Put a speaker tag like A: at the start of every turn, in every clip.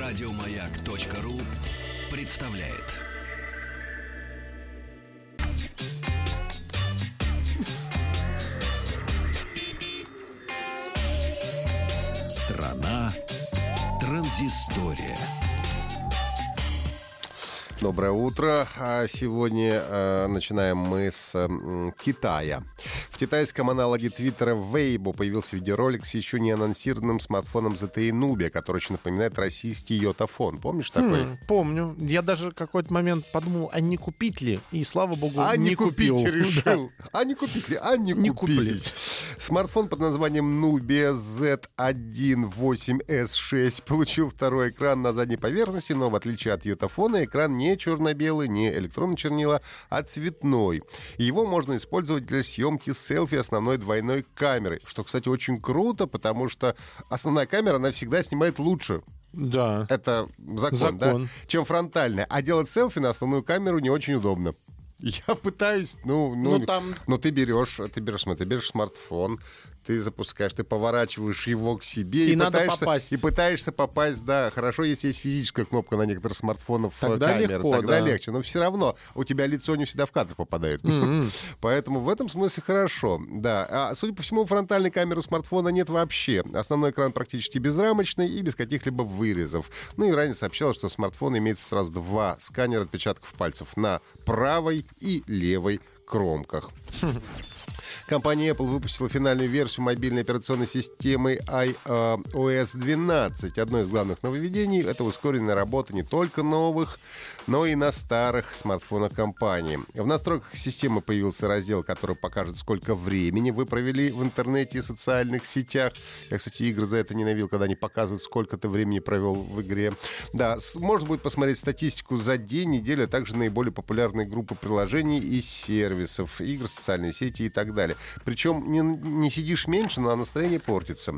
A: Радиомаяк.ру представляет. Страна транзистория.
B: Доброе утро. Сегодня начинаем мы с Китая. В китайском аналоге твиттера Weibo появился видеоролик с еще не анонсированным смартфоном ZTE Nubia, который очень напоминает российский йотафон. Помнишь такой?
C: Помню. Я даже какой-то момент подумал, а не купить ли? И, слава богу, не
B: купить
C: купил.
B: решил. А не купить ли? А не купить. Смартфон под названием Nubia Z1-8S6 получил второй экран на задней поверхности, но в отличие от йотафона, экран не черно-белый, не электронный чернила, а цветной. Его можно использовать для съемки селфи основной двойной камерой, что, кстати, очень круто, потому что основная камера, она всегда снимает лучше.
C: Да.
B: Это закон. Да? Чем фронтальная. А делать селфи на основную камеру не очень удобно. Я пытаюсь, но ты берешь смартфон, ты запускаешь, ты поворачиваешь его к себе и пытаешься попасть, да. Хорошо, если есть физическая кнопка на некоторых смартфонах камеры, тогда легче. Но все равно у тебя лицо не всегда в кадр попадает. Поэтому в этом смысле хорошо. Да. А судя по всему, фронтальной камеры у смартфона нет вообще. Основной экран практически безрамочный и без каких-либо вырезов. Ну и ранее сообщалось, что смартфон имеет сразу два сканера отпечатков пальцев на правой и левой кромках. Компания Apple выпустила финальную версию мобильной операционной системы iOS 12. Одно из главных нововведений — это ускоренная работа не только новых, но и на старых смартфонах компании. В настройках системы появился раздел, который покажет, сколько времени вы провели в интернете и социальных сетях. Я, кстати, игры за это ненавидел, когда они показывают, сколько ты времени провел в игре. Да, можно будет посмотреть статистику за день, неделю, а также наиболее популярные группы приложений и сервисов, игр, социальные сети и так далее. Причем не сидишь меньше, но настроение портится.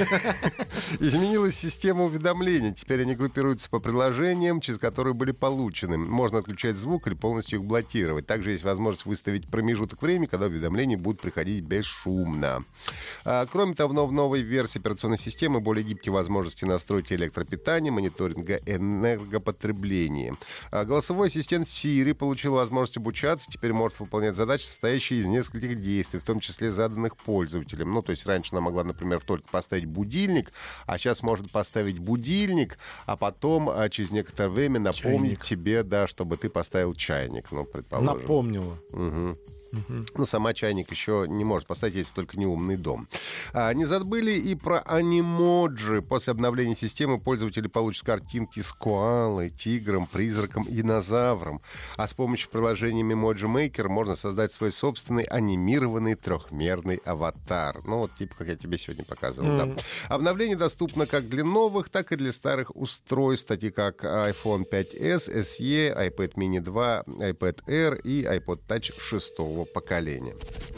B: Изменилась система уведомлений. Теперь они группируются по приложениям, через которые были получены. Можно отключать звук или полностью их блокировать. Также есть возможность выставить промежуток времени, когда уведомления будут приходить бесшумно. Кроме того, в новой версии операционной системы более гибкие возможности настройки электропитания, мониторинга энергопотребления. Голосовой ассистент Siri получил возможность обучаться. Теперь может выполнять задачи, состоящие из нескольких действий, в том числе заданных пользователем. То есть раньше она могла, например, только поставить будильник, а сейчас может поставить будильник, а потом через некоторое время напомнить тебе, да, чтобы ты поставил чайник, предположим.
C: Напомнила.
B: Угу. Сама чайник еще не может поставить, если только не умный дом. Не забыли и про анимоджи. После обновления системы пользователи получат картинки с коалой, тигром, призраком и динозавром. А с помощью приложения Memoji Maker можно создать свой собственный анимированный трехмерный аватар. Типа, как я тебе сегодня показывал. Да. Обновление доступно как для новых, так и для старых устройств, таких как iPhone 5s, SE, iPad mini 2, iPad Air и iPod Touch 6-го поколения.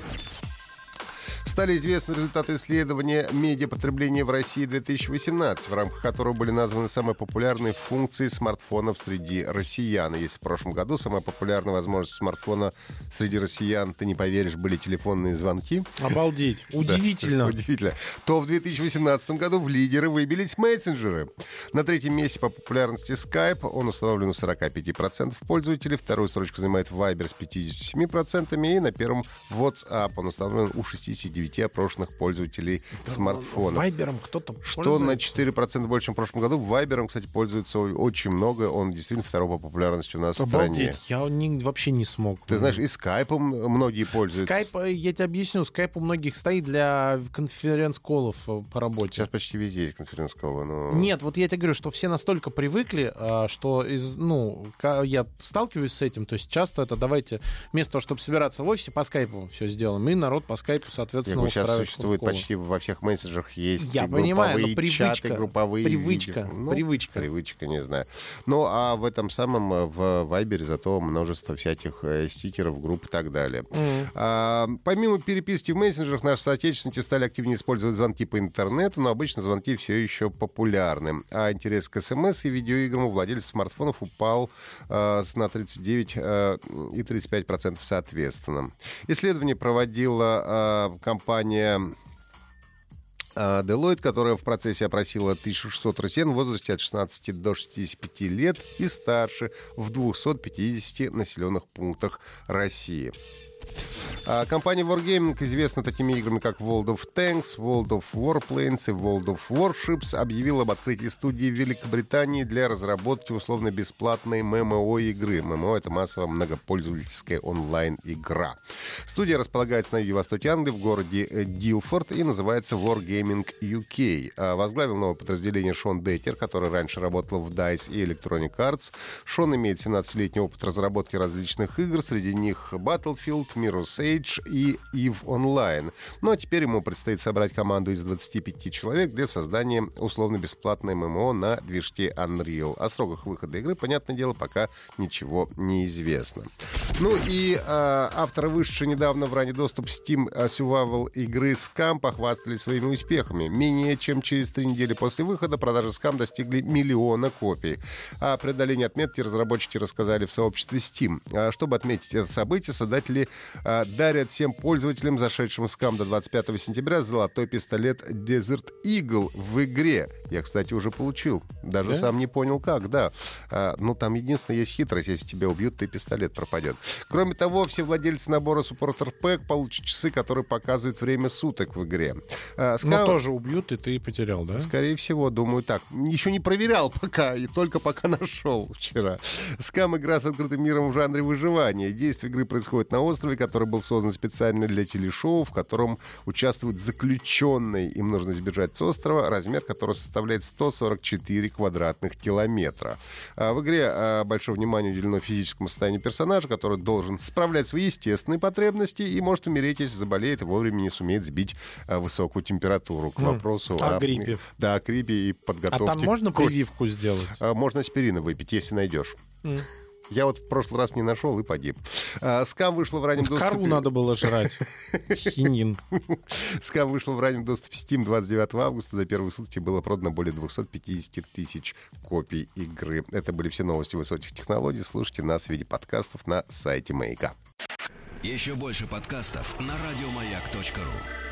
B: Стали известны результаты исследования медиапотребления в России 2018, в рамках которого были названы самые популярные функции смартфонов среди россиян. Если в прошлом году самая популярная возможность смартфона среди россиян, ты не поверишь, были телефонные звонки.
C: Обалдеть. Удивительно.
B: Удивительно. То в 2018 году в лидеры выбились мессенджеры. На третьем месте по популярности Skype. Он установлен у 45% пользователей. Вторую строчку занимает Viber с 57%. И на первом WhatsApp. Он установлен у 69% опрошенных пользователей смартфонов.
C: Вайбером кто-то
B: Что на 4% больше, чем в прошлом году. Вайбером, кстати, пользуется очень много. Он действительно второй по популярности у нас в стране.
C: Я вообще не смог.
B: Ты знаешь, и скайпом многие пользуются.
C: Скайп, я тебе объясню, скайп у многих стоит для конференц-коллов по работе.
B: Сейчас почти везде есть конференц-коллы.
C: Нет, я тебе говорю, что все настолько привыкли, что я сталкиваюсь с этим. То есть часто это давайте вместо того, чтобы собираться в офисе, по скайпу все сделаем. И народ по скайпу, соответственно,
B: сейчас существует почти во всех мессенджерах есть
C: групповые
B: чаты, групповые
C: привычка.
B: Привычка, не знаю. А в этом самом, в Вайбере зато множество всяких стикеров, групп и так далее. Помимо переписки в мессенджерах, наши соотечественники стали активнее использовать звонки по интернету, но обычно звонки все еще популярны. А интерес к СМС и видеоиграм у владельцев смартфонов упал на 39 и 35% соответственно. Исследование проводила компания Deloitte, которая в процессе опросила 1600 россиян в возрасте от 16 до 65 лет и старше в 250 населенных пунктах России. Компания Wargaming известна такими играми, как World of Tanks, World of Warplanes и World of Warships, объявила об открытии студии в Великобритании для разработки условно-бесплатной ММО-игры. ММО — это массовая многопользовательская онлайн-игра. Студия располагается на юго-востоке Англии, в городе Дилфорд, и называется Wargaming UK. Возглавил новое подразделение Шон Детер, который раньше работал в DICE и Electronic Arts. Шон имеет 17-летний опыт разработки различных игр, среди них Battlefield, Mirror's Edge и EVE Online. Ну а теперь ему предстоит собрать команду из 25 человек для создания условно-бесплатной ММО на движке Unreal. О сроках выхода игры, понятное дело, пока ничего не известно. Ну и авторы вышедшей недавно в ранний доступ Steam Survival игры Scum похвастались своими успехами. Менее чем через 3 недели после выхода продажи Scum достигли 1 миллиона копий. О преодолении отметки разработчики рассказали в сообществе Steam. Чтобы отметить это событие, создатели дарят всем пользователям, зашедшим в Scum до 25 сентября, золотой пистолет Desert Eagle в игре. Я, кстати, уже получил. Даже сам не понял, как, да. Ну, там единственное есть хитрость. Если тебя убьют, то и пистолет пропадет. Кроме того, все владельцы набора Supporter Pack получат часы, которые показывают время суток в игре.
C: Но тоже убьют, и ты потерял, да?
B: Скорее всего, думаю так. Еще не проверял пока, и только пока нашел вчера. Scum — игра с открытым миром в жанре выживания. Действие игры происходит на острове, который был создан специально для телешоу, в котором участвуют заключенные. Им нужно сбежать с острова, размер которого составляет 144 квадратных километра. В игре большое внимание уделено физическому состоянию персонажа, который должен справлять свои естественные потребности и может умереть, если заболеет и вовремя не сумеет сбить высокую температуру. К вопросу
C: о гриппе.
B: Да, о гриппе и подготовке.
C: А там можно прививку сделать?
B: Можно аспирина выпить, если найдешь. Я вот в прошлый раз не нашел и погиб. Scum вышла в раннем доступе...
C: Кору надо было жрать. Хинин.
B: Scum вышла в раннем доступе Steam 29 августа. За первые сутки было продано более 250 тысяч копий игры. Это были все новости высоких технологий. Слушайте нас в виде подкастов на сайте Маяка.
A: Еще больше подкастов на радиомаяк.ру.